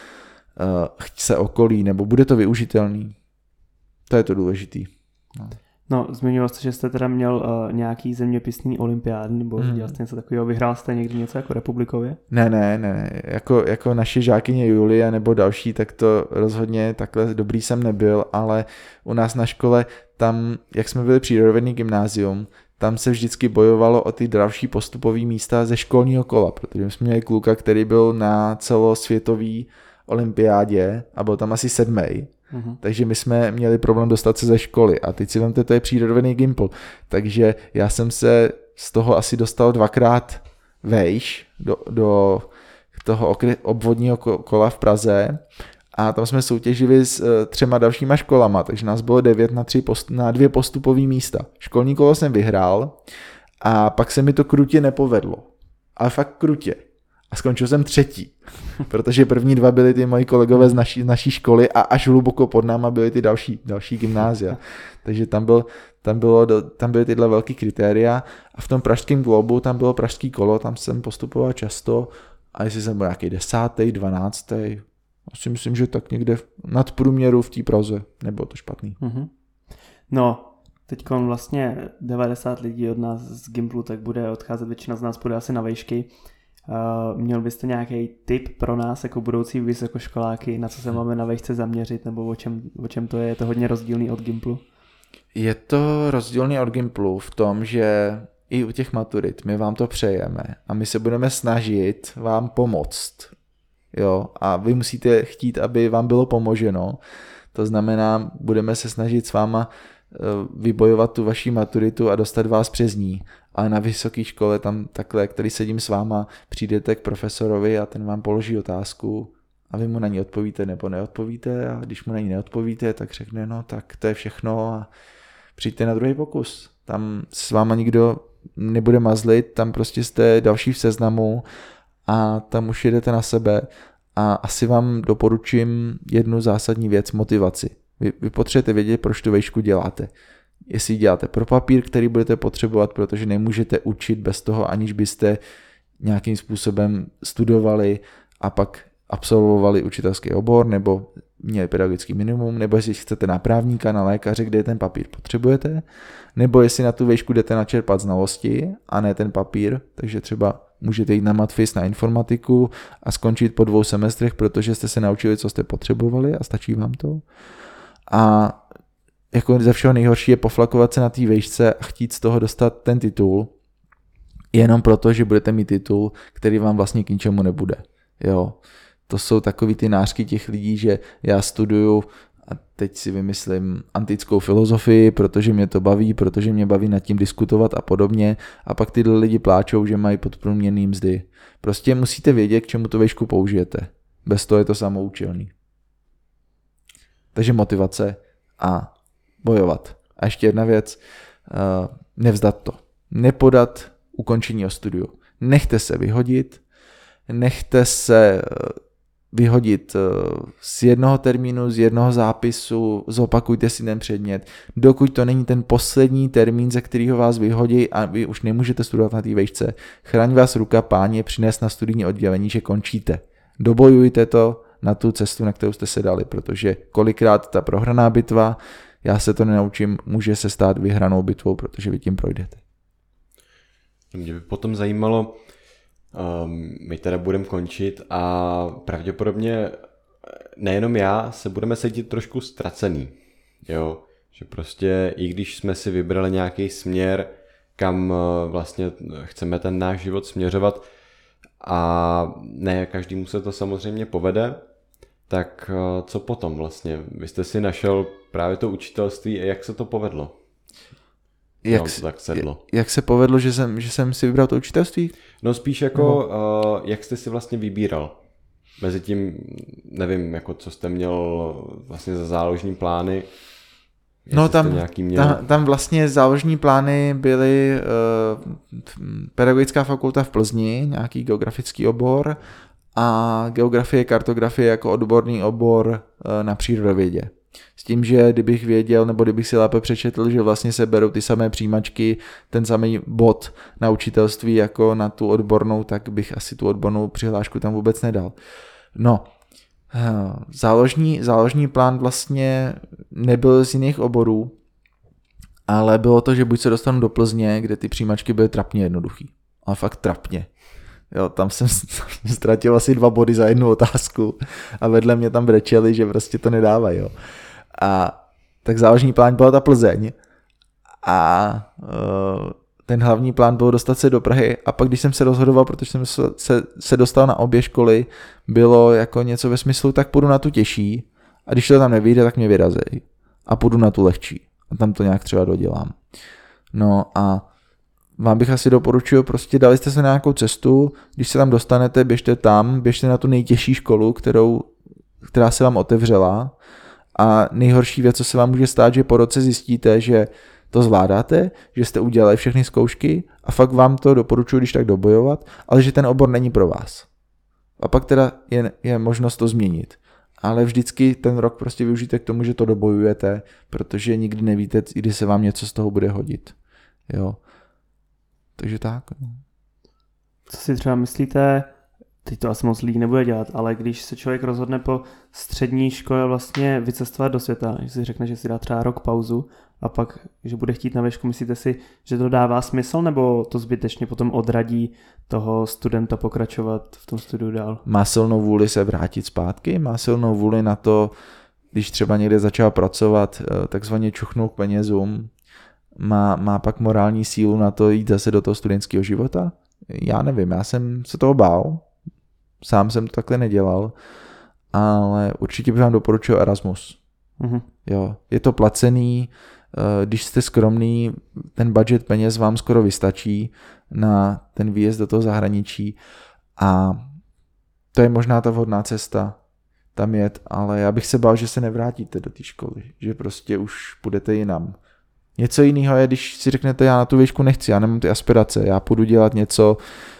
uh, se okolí, nebo bude to využitelný. To je to důležitý. No. No, zmiňoval jste, že jste teda měl uh, nějaký zeměpisný olympiád, nebo mm. dělal jste něco takového, vyhrál jste někdy něco jako republikově? Ne, ne, ne, jako, jako naše žákyně Julie nebo další, tak to rozhodně takhle dobrý jsem nebyl, ale u nás na škole, tam, jak jsme byli přírodovědný gymnázium, tam se vždycky bojovalo o ty další postupové místa ze školního kola, protože jsme měli kluka, který byl na celosvětový olympiádě a byl tam asi sedmej. Uhum. Takže my jsme měli problém dostat se ze školy a teď si vemte, to je přírodovědný gimpl, takže já jsem se z toho asi dostal dvakrát vejš do, do toho obvodního kola v Praze a tam jsme soutěžili s třema dalšíma školama, takže nás bylo devět na, tři post, na dvě postupové místa. Školní kolo jsem vyhrál a pak se mi to krutě nepovedlo, ale fakt krutě. A skončil jsem třetí, protože první dva byli ty moji kolegové z naší, z naší školy a až hluboko pod náma byly ty další, další gymnázia. Takže tam, byl, tam, bylo, tam byly tyhle velké kritéria a v tom pražském globu tam bylo pražský kolo, tam jsem postupoval často a jestli jsem byl nějaký desátý, dvanáctý, asi myslím, že tak někde nad průměru v té Praze, nebylo to špatný. Mm-hmm. No, teď vlastně devadesát lidí od nás z Gimplu, tak bude odcházet, většina z nás půjde asi na vejšky. Uh, měl byste nějaký tip pro nás jako budoucí vysokoškoláky, na co se máme na vejšce zaměřit, nebo o čem, o čem to je? Je to hodně rozdílný od Gimplu? Je to rozdílný od Gimplu v tom, že i u těch maturit my vám to přejeme a my se budeme snažit vám pomoct. Jo? A vy musíte chtít, aby vám bylo pomoženo. To znamená, budeme se snažit s váma vybojovat tu vaši maturitu a dostat vás přes ní. Ale na vysoké škole tam takhle, který sedím s váma, přijdete k profesorovi a ten vám položí otázku a vy mu na ní odpovíte nebo neodpovíte a když mu na ní neodpovíte, tak řekne, no tak to je všechno a přijďte na druhý pokus. Tam s váma nikdo nebude mazlit, tam prostě jste další v seznamu a tam už jedete na sebe a asi vám doporučím jednu zásadní věc, motivaci. Vy, vy potřebujete vědět, proč tu vejšku děláte. Jestli děláte pro papír, který budete potřebovat, protože nemůžete učit bez toho, aniž byste nějakým způsobem studovali a pak absolvovali učitelský obor, nebo měli pedagogický minimum, nebo jestli chcete na právníka, na lékaře, kde ten papír potřebujete, nebo jestli na tu vejšku jdete načerpat znalosti a ne ten papír, takže třeba můžete jít na matfis, na informatiku a skončit po dvou semestrech, protože jste se naučili, co jste potřebovali a stačí vám to. A jako ze všeho nejhorší je poflakovat se na té vejšce a chtít z toho dostat ten titul, jenom proto, že budete mít titul, který vám vlastně k ničemu nebude. Jo. To jsou takový ty nářky těch lidí, že já studuju a teď si vymyslím antickou filozofii, protože mě to baví, protože mě baví nad tím diskutovat a podobně, a pak tyhle lidi pláčou, že mají podprůměrný mzdy. Prostě musíte vědět, k čemu tu vejšku použijete. Bez toho je to samoučelný. Takže motivace a bojovat. A ještě jedna věc, nevzdat to. Nepodat ukončení o studiu. Nechte se vyhodit, nechte se vyhodit z jednoho termínu, z jednoho zápisu, zopakujte si ten předmět, dokud to není ten poslední termín, ze kterého vás vyhodí a vy už nemůžete studovat na té vejšce. Chraň vás ruka Páně přinést na studijní oddělení, že končíte. Dobojujte to na tu cestu, na kterou jste se dali, protože kolikrát ta prohraná bitva, já se to nenaučím, může se stát vyhranou bitvou, protože vy tím projdete. Mě by potom zajímalo, um, my teda budeme končit a pravděpodobně nejenom já se budeme cítit trošku ztracený, jo, že prostě i když jsme si vybrali nějaký směr, kam vlastně chceme ten náš život směřovat a ne každému se to samozřejmě povede, tak co potom vlastně? Vy jste si našel právě to učitelství a jak se to povedlo? Jak, no, to tak sedlo. Jak se povedlo, že jsem, že jsem si vybral to učitelství? No spíš jako, uh, jak jste si vlastně vybíral? Mezi tím, nevím, jako co jste měl vlastně za záložní plány. No tam, měl... tam, tam vlastně záložní plány byly uh, pedagogická fakulta v Plzni, nějaký geografický obor a geografie, kartografie jako odborný obor uh, na přírodovědě. S tím, že kdybych věděl, nebo kdybych si lépe přečetl, že vlastně se berou ty samé přijímačky, ten samý bod na učitelství jako na tu odbornou, tak bych asi tu odbornou přihlášku tam vůbec nedal. No, záložní, záložní plán vlastně nebyl z jiných oborů, ale bylo to, že buď se dostanu do Plzně, kde ty přijímačky byly trapně jednoduchý. Ale fakt trapně. Jo, tam jsem ztratil asi dva body za jednu otázku a vedle mě tam brečeli, že prostě to nedávají. Jo. A tak záložní plán byla ta Plzeň a uh, ten hlavní plán byl dostat se do Prahy a pak když jsem se rozhodoval, protože jsem se, se, se dostal na obě školy, bylo jako něco ve smyslu, tak půjdu na tu těžší a když to tam nevyjde, tak mě vyrazej a půjdu na tu lehčí a tam to nějak třeba dodělám. No a vám bych asi doporučil, prostě dali jste se na nějakou cestu, když se tam dostanete, běžte tam, běžte na tu nejtěžší školu, kterou, která se vám otevřela a nejhorší věc, co se vám může stát, že po roce zjistíte, že to zvládáte, že jste udělali všechny zkoušky a fakt vám to doporučuji, když tak dobojovat, ale že ten obor není pro vás. A pak teda je, je možnost to změnit. Ale vždycky ten rok prostě využijte k tomu, že to dobojujete, protože nikdy nevíte, kdy se vám něco z toho bude hodit. Jo. Takže tak. No. Co si třeba myslíte, teď to asi moc lidí nebude dělat, ale když se člověk rozhodne po střední škole vlastně vycestovat do světa, že si řekne, že si dá třeba rok pauzu a pak, že bude chtít na výšku, myslíte si, že to dává smysl, nebo to zbytečně potom odradí toho studenta pokračovat v tom studiu dál? Má silnou vůli se vrátit zpátky, má silnou vůli na to, když třeba někde začal pracovat, takzvaně čuchnout k penězům, má, má pak morální sílu na to jít zase do toho studentského života? Já nevím, já jsem se toho bál, sám jsem to takhle nedělal, ale určitě bych vám doporučil Erasmus. Mhm. Jo, je to placený, když jste skromný, ten budget peněz vám skoro vystačí na ten výjezd do toho zahraničí a to je možná ta vhodná cesta tam jet, ale já bych se bál, že se nevrátíte do té školy, že prostě už půjdete jinam. Něco jiného je, když si řeknete, já na tu výšku nechci, já nemám ty aspirace, já půjdu dělat něco,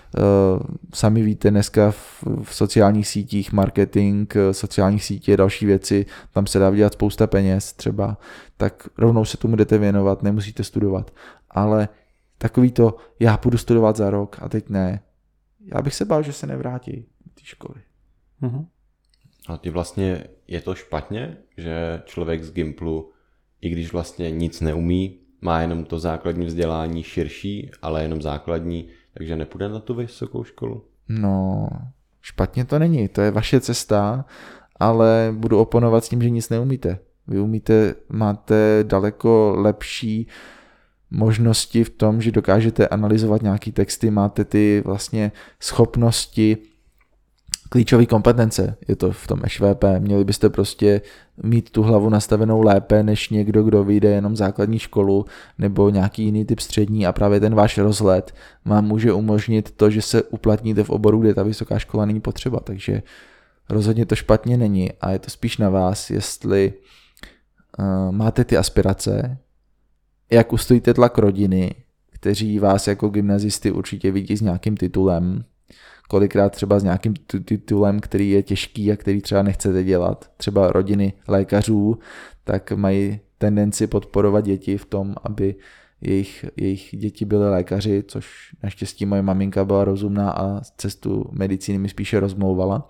sami víte, dneska v, v sociálních sítích, marketing, sociálních sítí a další věci, tam se dá vydělat spousta peněz třeba, tak rovnou se tomu jdete věnovat, nemusíte studovat. Ale takový to, já půjdu studovat za rok a teď ne. Já bych se bál, že se nevrátí do té školy. Mhm. A ty vlastně, je to špatně, že člověk z Gimplu, i když vlastně nic neumí, má jenom to základní vzdělání širší, ale jenom základní, takže nepůjde na tu vysokou školu? No, špatně to není, to je vaše cesta, ale budu oponovat s tím, že nic neumíte. Vy umíte, máte daleko lepší možnosti v tom, že dokážete analyzovat nějaký texty, máte ty vlastně schopnosti, klíčové kompetence je to v tom Š V P. Měli byste prostě mít tu hlavu nastavenou lépe než někdo, kdo vyjde jenom základní školu nebo nějaký jiný typ střední a právě ten váš rozhled vám může umožnit to, že se uplatníte v oboru, kde ta vysoká škola není potřeba. Takže rozhodně to špatně není a je to spíš na vás, jestli uh, máte ty aspirace, jak ustojíte tlak rodiny, kteří vás jako gymnazisty určitě vidí s nějakým titulem, kolikrát třeba s nějakým titulem, který je těžký a který třeba nechcete dělat. Třeba rodiny lékařů, tak mají tendenci podporovat děti v tom, aby jejich, jejich děti byly lékaři, což naštěstí moje maminka byla rozumná a cestu medicíny mi spíše rozmlouvala.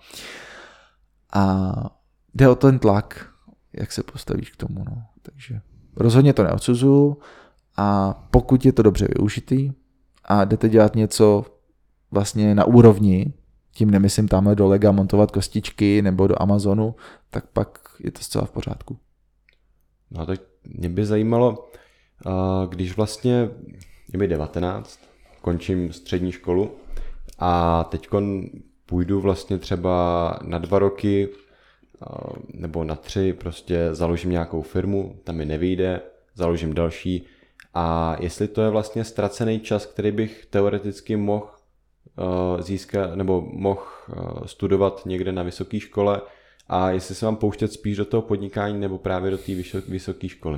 A jde o ten tlak, jak se postavíš k tomu. No. Takže rozhodně to neodsuzuju a pokud je to dobře využitý a jdete dělat něco vlastně na úrovni, tím nemyslím tamhle do Lega montovat kostičky nebo do Amazonu, tak pak je to zcela v pořádku. No tak mě by zajímalo, když vlastně je mi devatenáct, končím střední školu a teďkon půjdu vlastně třeba na dva roky nebo na tři, prostě založím nějakou firmu, tam mi nevyjde, založím další a jestli to je vlastně ztracený čas, který bych teoreticky mohl získat nebo mohl studovat někde na vysoké škole a jestli se mám pouštět spíš do toho podnikání nebo právě do té vysoké školy.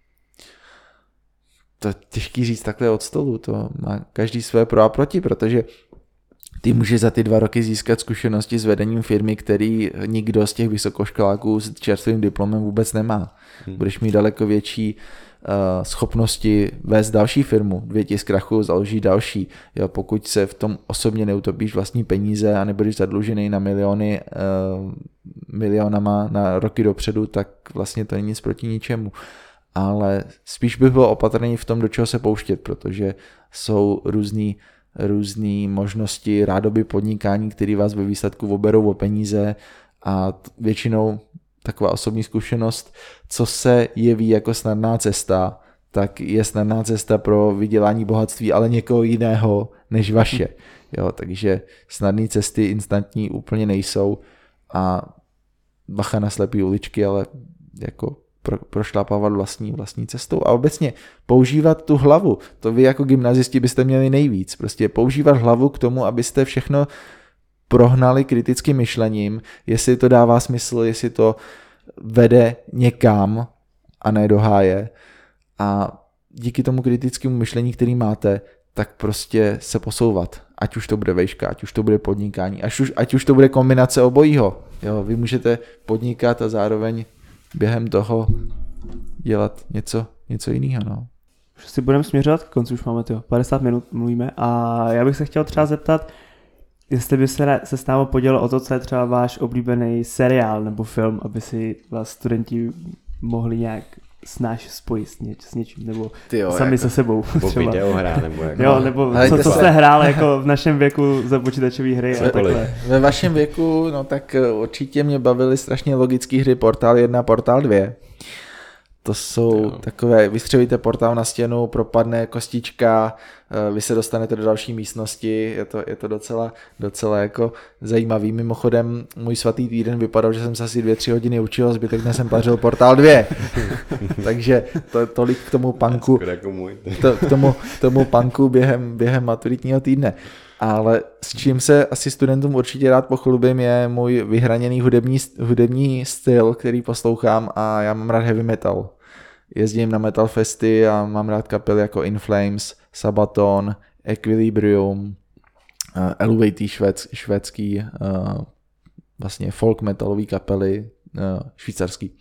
To je těžký říct takhle od stolu, to má každý své pro a proti, protože ty můžeš za ty dva roky získat zkušenosti s vedením firmy, který nikdo z těch vysokoškoláků s čerstvým diplomem vůbec nemá. Hmm. Budeš mít daleko větší uh, schopnosti vést další firmu, dvě ti zkrachují, založí další. Jo, pokud se v tom osobně neutopíš vlastní peníze a nebudeš zadlužený na miliony, uh, milionama na roky dopředu, tak vlastně to není nic proti ničemu. Ale spíš bych byl opatrný v tom, do čeho se pouštět, protože jsou různý různé možnosti rádoby podnikání, které vás ve výsledku oberou o peníze a většinou taková osobní zkušenost, co se jeví jako snadná cesta, tak je snadná cesta pro vydělání bohatství, ale někoho jiného než vaše. Jo, takže snadné cesty instantní úplně nejsou a bacha na slepý uličky, ale jako Pro, prošlápávat vlastní, vlastní cestou a obecně používat tu hlavu. To vy jako gymnazisti byste měli nejvíc. Prostě používat hlavu k tomu, abyste všechno prohnali kritickým myšlením, jestli to dává smysl, jestli to vede někam a ne do háje. A díky tomu kritickému myšlení, který máte, tak prostě se posouvat. Ať už to bude vejška, ať už to bude podnikání, ať už, ať už to bude kombinace obojího. Jo, vy můžete podnikat a zároveň během toho dělat něco, něco jiného. No. Už si budeme směřovat k konci, už máme tyho, padesát minut mluvíme a já bych se chtěl třeba zeptat, jestli by se, se s námi podělil o to, co je třeba váš oblíbený seriál nebo film, aby si vás studenti mohli nějak snáš spojit s, něč, s něčím, nebo Tyjo, sami jako, se sebou. Nebo videohra, nebo jako. Jo, nebo co, co jste hrál jako v našem věku za počítačové hry a takhle. Ve vašem věku, no tak určitě mě bavily strašně logické hry Portál jedna, Portál dva. To jsou jo. takové, vystřelíte portál na stěnu, propadne kostička, vy se dostanete do další místnosti, je to, je to docela, docela jako zajímavý. Mimochodem, můj svatý týden vypadal, že jsem se asi dvě, tři hodiny učil, zbytek dne jsem pařil Portál dva. Takže to, tolik k tomu punku, to, k tomu, tomu punku během, během maturitního týdne. Ale s čím se asi studentům určitě rád pochlubím, je můj vyhraněný hudební, hudební styl, který poslouchám a já mám rád heavy metal. Jezdím na metal festy a mám rád kapely jako In Flames, Sabaton, Equilibrium, uh, Elevatý švéd, švédský uh, vlastně folk metalový kapely uh, švýcarský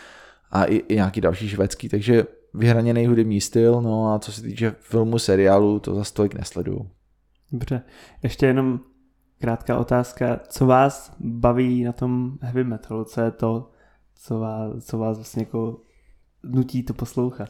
a i, i nějaký další švédský, takže vyhraněný hudební styl, no a co se týče filmu, seriálu, to za stolik nesleduju. Dobře, ještě jenom krátká otázka, co vás baví na tom heavy metalu, co je to, co vás, co vás vlastně jako nutí to poslouchat?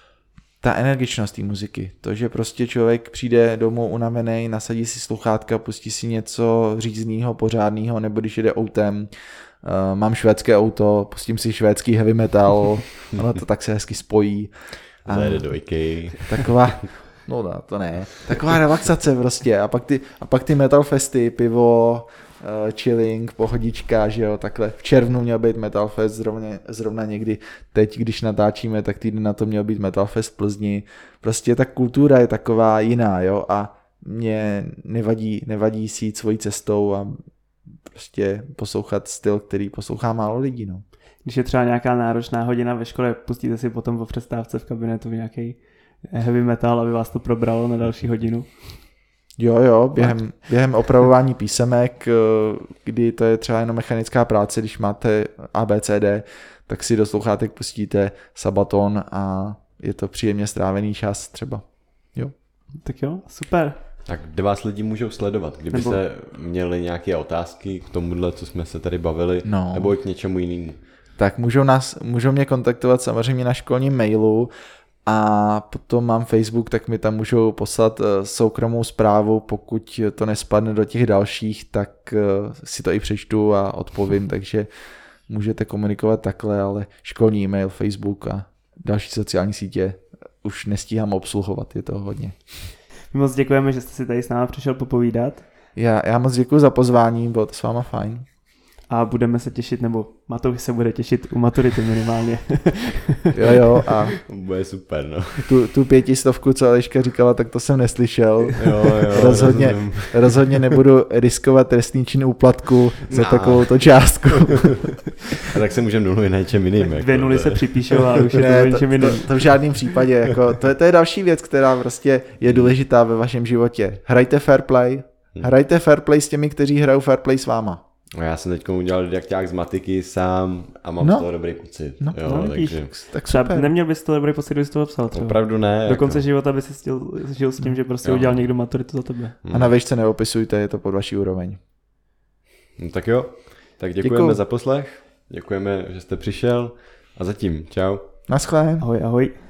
Ta energičnost té muziky, to, že prostě člověk přijde domů unavený, nasadí si sluchátka, pustí si něco říznýho, pořádného, nebo když jede autem, uh, mám švédské auto, pustím si švédský heavy metal, ono to tak se hezky spojí. A Zajede do IKEA. Taková, no da, to ne, taková relaxace prostě a pak ty, a pak ty metal festy, pivo, uh, chilling, pohodička, že jo, takhle. V červnu měl být Metal Fest, zrovna, zrovna někdy teď, když natáčíme, tak týden na to měl být Metal Fest v Plzni. Prostě ta kultura je taková jiná, jo, a mě nevadí, nevadí si jít svojí cestou a prostě poslouchat styl, který poslouchá málo lidí, no. Když je třeba nějaká náročná hodina ve škole, pustíte si potom po přestávce v kabinetu nějaký heavy metal, aby vás to probralo na další hodinu? Jo, jo, během, během opravování písemek, kdy to je třeba jenom mechanická práce, když máte A B C D, tak si do sluchátek pustíte Sabaton a je to příjemně strávený čas třeba. Jo. Tak jo, super. Tak kde vás lidi můžou sledovat? Kdyby Nebo... se měli nějaké otázky k tomuhle, co jsme se tady bavili, no. nebo i k něčemu jinému? Tak můžou, nás, můžou mě kontaktovat samozřejmě na školním mailu a potom mám Facebook, tak mi tam můžou poslat soukromou zprávu, pokud to nespadne do těch dalších, tak si to i přečtu a odpovím, takže můžete komunikovat takhle, ale školní e-mail, Facebook a další sociální sítě už nestíhám obsluhovat, je to hodně. My moc děkujeme, že jste si tady s námi přišel popovídat. Já, já moc děkuji za pozvání, bylo to s váma fajn. A budeme se těšit, nebo Matouš se bude těšit u maturity minimálně. Jo, jo, a bude super, no. Tu, tu pětistovku, co Eliška říkala, tak to jsem neslyšel. Jo, jo, rozhodně, rozumím. rozhodně nebudu riskovat trestný čin úplatku za No. takovouto částku. A tak se můžeme domluvit na něčem jiným. Dvě jako, nuly to se je- připíšou a už je to Ne, to, něčem to, jiným. to v žádném případě. Jako, to, je, to je další věc, která prostě je důležitá ve vašem životě. Hrajte fair play. Hrajte fair play s těmi, kteří hrajou fair play s váma. No, já jsem teď udělal didakťák z matiky sám a mám No. z toho dobrý pocit. No, jo, no, vidíš. takže Tak Třeba super. neměl bys to dobrý pocit, kdybys to psal třeba. opravdu ne. Do konce jako. života by si stil, žil s tím, že prostě Jo. udělal někdo maturitu za tebe. A na výšce neopisujte, je to pod vaší úroveň. No, tak jo, tak děkujeme Děkuju. za poslech, děkujeme, že jste přišel a zatím, čau. Naschle. Ahoj, ahoj.